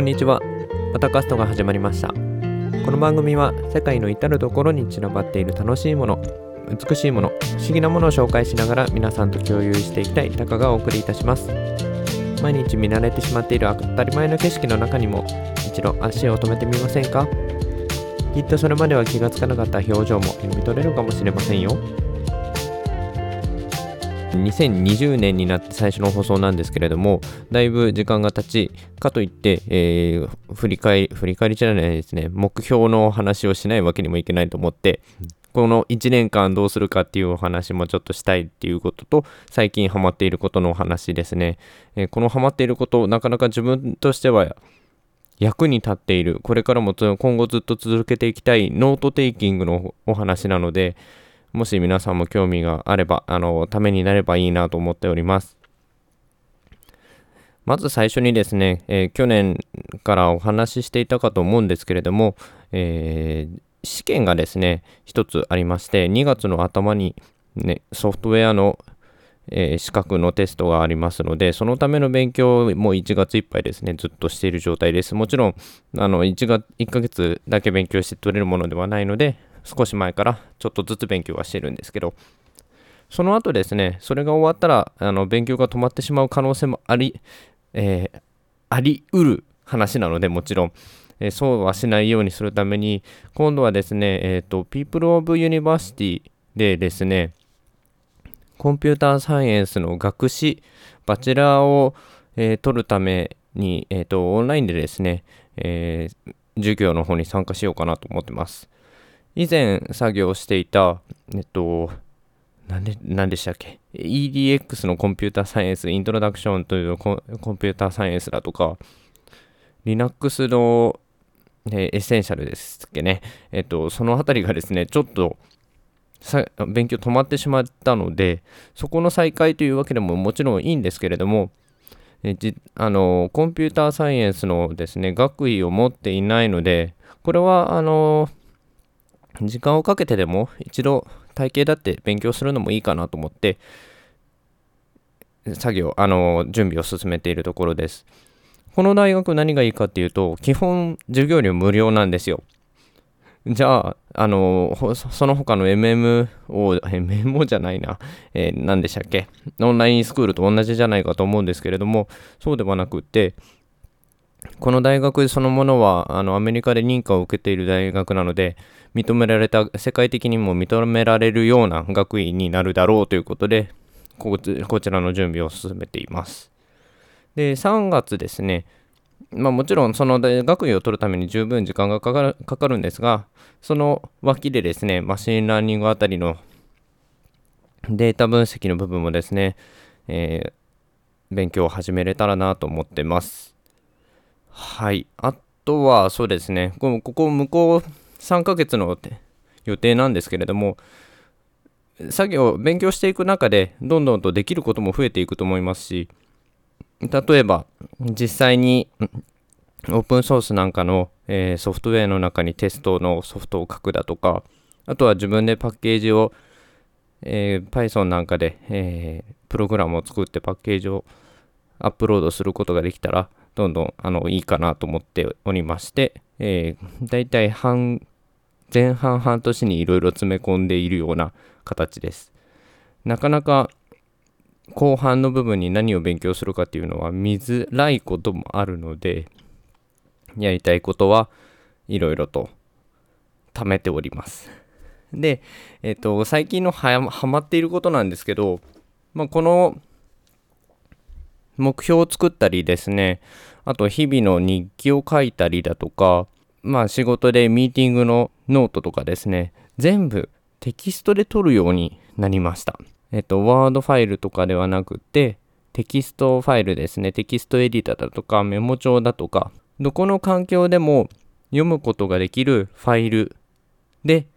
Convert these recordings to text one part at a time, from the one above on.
んにちは。またカストが始まりました。この番組は世界の至るところに散らばっている楽しいもの、美しいもの、不思議なものを紹介しながら皆さんと共有していきたいタカがお送りいたします。毎日見慣れてしまっている当たり前の景色の中にも一度足を止めてみませんか？きっとそれまでは気がつかなかった表情も読み取れるかもしれませんよ。2020年になって最初の放送なんですけれども、だいぶ時間が経ち、かといって、振り返りじゃないですね、目標の話をしないわけにもいけないと思って、この1年間どうするかっていうお話もちょっとしたいっていうことと、最近ハマっていることのお話ですね。このハマっていること、なかなか自分としては役に立っている、これからも今後ずっと続けていきたいノートテイキングのお話なので、もし皆さんも興味があれば、ためになればいいなと思っております。まず最初にですね、去年からお話ししていたかと思うんですけれども、試験がですね、一つありまして、2月の頭に、ね、ソフトウェアの、資格のテストがありますので、そのための勉強も1月いっぱいですね、ずっとしている状態です。もちろん、1ヶ月だけ勉強して取れるものではないので、少し前からちょっとずつ勉強はしてるんですけど、その後ですね、それが終わったら勉強が止まってしまう可能性もありうる話なので、もちろん、そうはしないようにするために、今度はですね、People of University でですね、コンピューターサイエンスの学士バチェラーを、取るために、オンラインでですね、授業の方に参加しようかなと思ってます。以前作業していた、何でしたっけ EDX のコンピューターサイエンスイントロダクションというコンピューターサイエンスだとか Linux の、エッセンシャルですっけね、そのあたりがですねちょっと勉強止まってしまったので、そこの再開というわけでももちろんいいんですけれども、コンピューターサイエンスのですね学位を持っていないので、これは時間をかけてでも一度体系だって勉強するのもいいかなと思って準備を進めているところです。この大学何がいいかっていうと、基本授業料無料なんですよ。じゃあ、その他の MMO じゃないな、何でしたっけ、オンラインスクールと同じじゃないかと思うんですけれども、そうではなくって、この大学そのものはアメリカで認可を受けている大学なので、世界的にも認められるような学位になるだろうということで、こちらの準備を進めています。で、3月ですね、もちろんその学位を取るために十分時間がかかるんですが、その脇でですね、マシンラーニングあたりのデータ分析の部分もですね、勉強を始めれたらなと思ってます。はい。あとはそうですね、向こう3ヶ月の予定なんですけれども、勉強していく中でどんどんとできることも増えていくと思いますし、例えば実際にオープンソースなんかの、ソフトウェアの中にテストのソフトを書くだとか、あとは自分でパッケージを、Python なんかで、プログラムを作ってパッケージをアップロードすることができたらどんどんいいかなと思っておりまして、だいたい前半半年にいろいろ詰め込んでいるような形です。なかなか後半の部分に何を勉強するかっていうのは見づらいこともあるので、やりたいことはいろいろと貯めております。で、最近のハマっていることなんですけど、この目標を作ったりですね、あと日々の日記を書いたりだとか、仕事でミーティングのノートとかですね、全部テキストで取るようになりました。ワードファイルとかではなくて、テキストファイルですね、テキストエディターだとかメモ帳だとか、どこの環境でも読むことができるファイルで、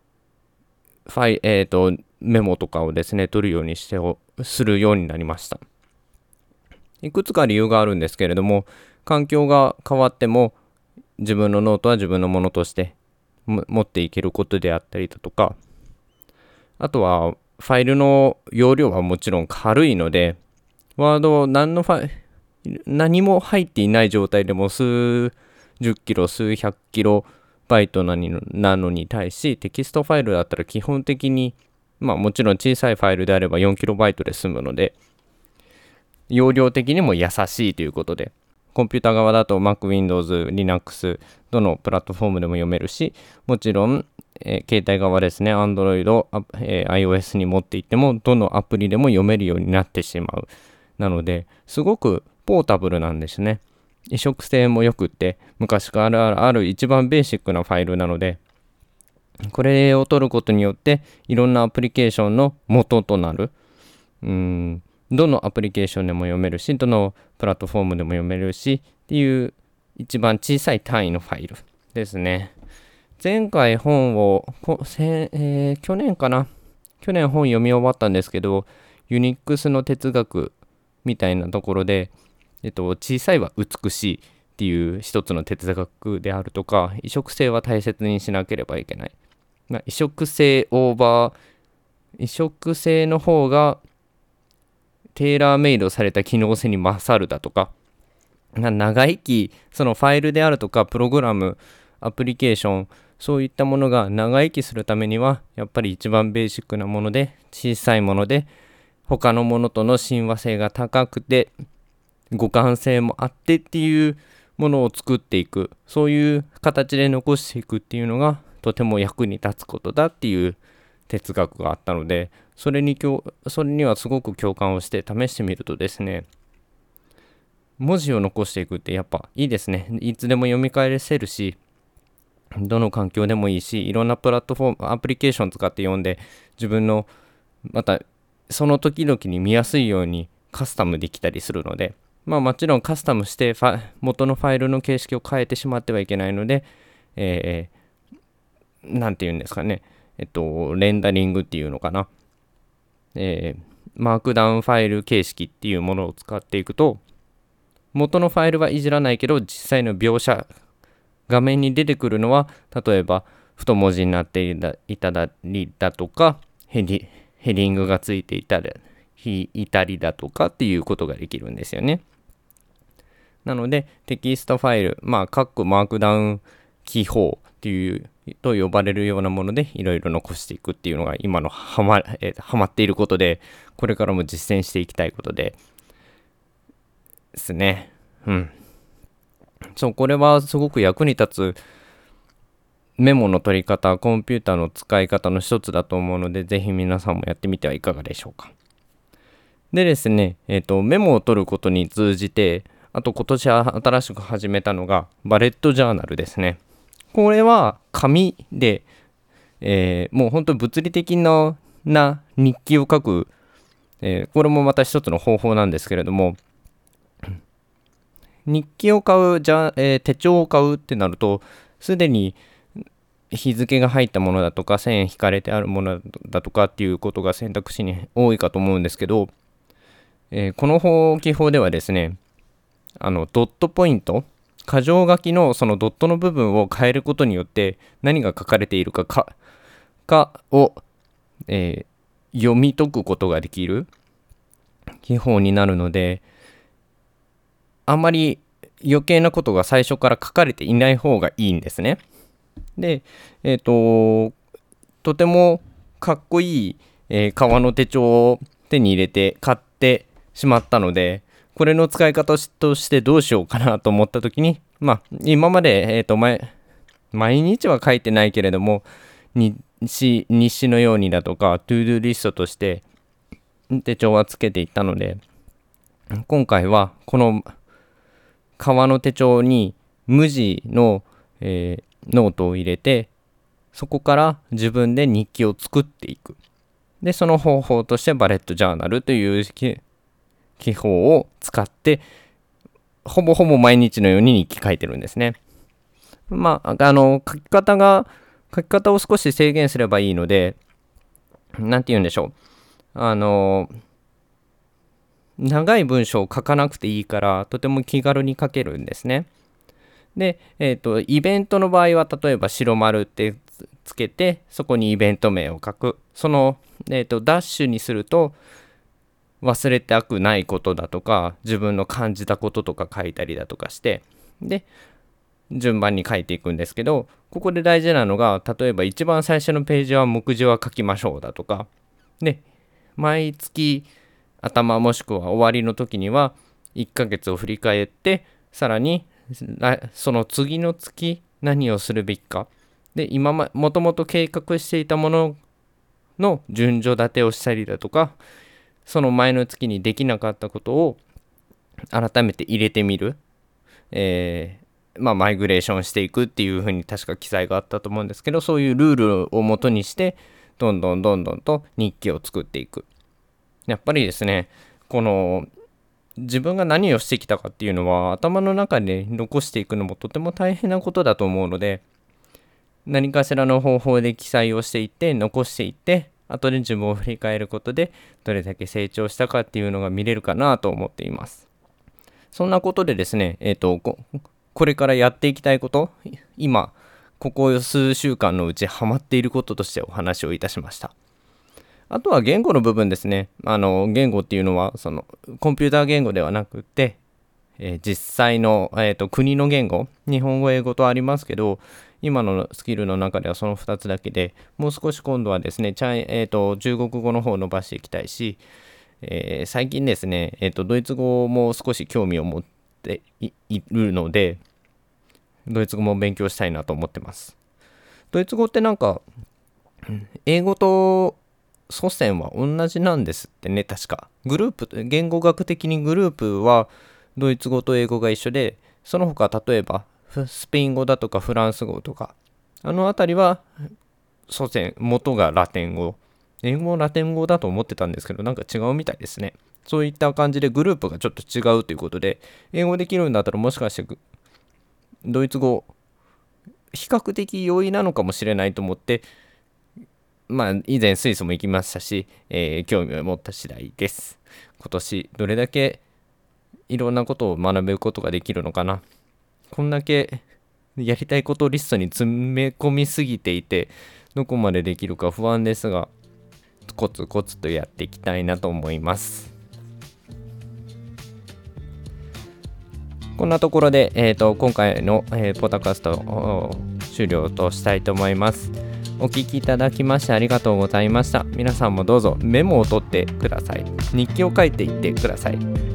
メモとかをですね、取るようにするようになりました。いくつか理由があるんですけれども、環境が変わっても自分のノートは自分のものとして持っていけることであったりだとか、あとはファイルの容量はもちろん軽いので、ワードを何のファ何も入っていない状態でも数十キロ、数百キロバイトなのに対し、テキストファイルだったら基本的に、もちろん小さいファイルであれば4キロバイトで済むので、容量的にも優しいということで、コンピューター側だと Mac、Windows、Linux、どのプラットフォームでも読めるし、もちろん、携帯側ですね、Android、iOS に持っていっても、どのアプリでも読めるようになってしまう。なので、すごくポータブルなんですね。移植性もよくって、昔からある一番ベーシックなファイルなので、これを取ることによって、いろんなアプリケーションの元となる、どのアプリケーションでも読めるし、どのプラットフォームでも読めるしっていう一番小さい単位のファイルですね。前回本を去年かな去年本読み終わったんですけど、ユニックスの哲学みたいなところで、小さいは美しいっていう一つの哲学であるとか、移植性は大切にしなければいけない。移植性の方がテーラーメイドされた機能性に勝るだとか、長生き、そのファイルであるとか、プログラム、アプリケーション、そういったものが長生きするためには、やっぱり一番ベーシックなもので、小さいもので、他のものとの親和性が高くて、互換性もあってっていうものを作っていく、そういう形で残していくっていうのが、とても役に立つことだっていう哲学があったので、それにはすごく共感をして試してみるとですね、文字を残していくってやっぱいいですね。いつでも読み返せるし、どの環境でもいいし、いろんなプラットフォーム、アプリケーション使って読んで、自分のまたその時々に見やすいようにカスタムできたりするので、もちろんカスタムして元のファイルの形式を変えてしまってはいけないので、なんていうんですかね、レンダリングっていうのかな、マークダウンファイル形式っていうものを使っていくと、元のファイルはいじらないけど、実際の描写、画面に出てくるのは、例えば太文字になっていたりだとか、ヘディングがついていたりだとかっていうことができるんですよね。なので、テキストファイル、マークダウン記法っていうと呼ばれるようなものでいろいろ残していくっていうのが今のハマっていることで、これからも実践していきたいことですね。これはすごく役に立つメモの取り方、コンピューターの使い方の一つだと思うので、ぜひ皆さんもやってみてはいかがでしょうか。でですね、メモを取ることに通じて、あと今年新しく始めたのがバレットジャーナルですね。これは紙で、もう本当に物理的な日記を書く、これもまた一つの方法なんですけれども、日記を買う手帳を買うってなると、すでに日付が入ったものだとか線引かれてあるものだとかっていうことが選択肢に多いかと思うんですけど、この記法ではですね、ドットポイント、箇条書きのそのドットの部分を変えることによって何が書かれているかを、読み解くことができる記法になるので、あんまり余計なことが最初から書かれていない方がいいんですね。で、とてもかっこいい、革の手帳を手に入れて買ってしまったので、これの使い方としてどうしようかなと思った時に、今まで、毎日は書いてないけれども、日誌のようにだとか、トゥードゥリストとして手帳はつけていったので、今回はこの革の手帳に無地の、ノートを入れて、そこから自分で日記を作っていく。で、その方法としてバレットジャーナルという記法を使って、ほぼほぼ毎日のように日記書いてるんですね。書き方を少し制限すればいいので、なんて言うんでしょう。長い文章を書かなくていいから、とても気軽に書けるんですね。で、イベントの場合は、例えば白丸ってつけて、そこにイベント名を書く。その、ダッシュにすると、 忘れたくないことだとか、自分の感じたこととか書いたりだとかして、で順番に書いていくんですけど、ここで大事なのが、例えば一番最初のページは目次は書きましょうだとかで、毎月頭もしくは終わりの時には1ヶ月を振り返って、さらにその次の月何をするべきかで、もともと計画していたものの順序立てをしたりだとか、その前の月にできなかったことを改めて入れてみる、マイグレーションしていくっていう風に確か記載があったと思うんですけど、そういうルールをもとにしてどんどんと日記を作っていく。やっぱりですね、この自分が何をしてきたかっていうのは頭の中で残していくのもとても大変なことだと思うので、何かしらの方法で記載をしていって残していって、後で自分を振り返ることでどれだけ成長したかっていうのが見れるかなと思っています。そんなことでですね、これからやっていきたいこと、今ここ数週間のうちハマっていることとしてお話をいたしました。あとは言語の部分ですね。言語っていうのはそのコンピューター言語ではなくて、実際の、国の言語、日本語、英語とありますけど、今のスキルの中ではその2つだけで、もう少し今度はですね、中国語の方を伸ばしていきたいし、最近ですね、ドイツ語も少し興味を持っているので、ドイツ語も勉強したいなと思ってます。ドイツ語ってなんか、英語と祖先は同じなんですってね、確か。言語学的にグループはドイツ語と英語が一緒で、その他例えばスペイン語だとかフランス語とか、あのあたりは元がラテン語。英語もラテン語だと思ってたんですけど、なんか違うみたいですね。そういった感じでグループがちょっと違うということで、英語できるんだったらもしかしてドイツ語比較的容易なのかもしれないと思って、以前スイスも行きましたし、興味を持った次第です。今年どれだけいろんなことを学ぶことができるのかな。こんだけやりたいことリストに詰め込みすぎていて、どこまでできるか不安ですが、コツコツとやっていきたいなと思います。こんなところで、今回の、ポッドキャストを終了としたいと思います。お聞きいただきましてありがとうございました。皆さんもどうぞメモを取ってください。日記を書いていってください。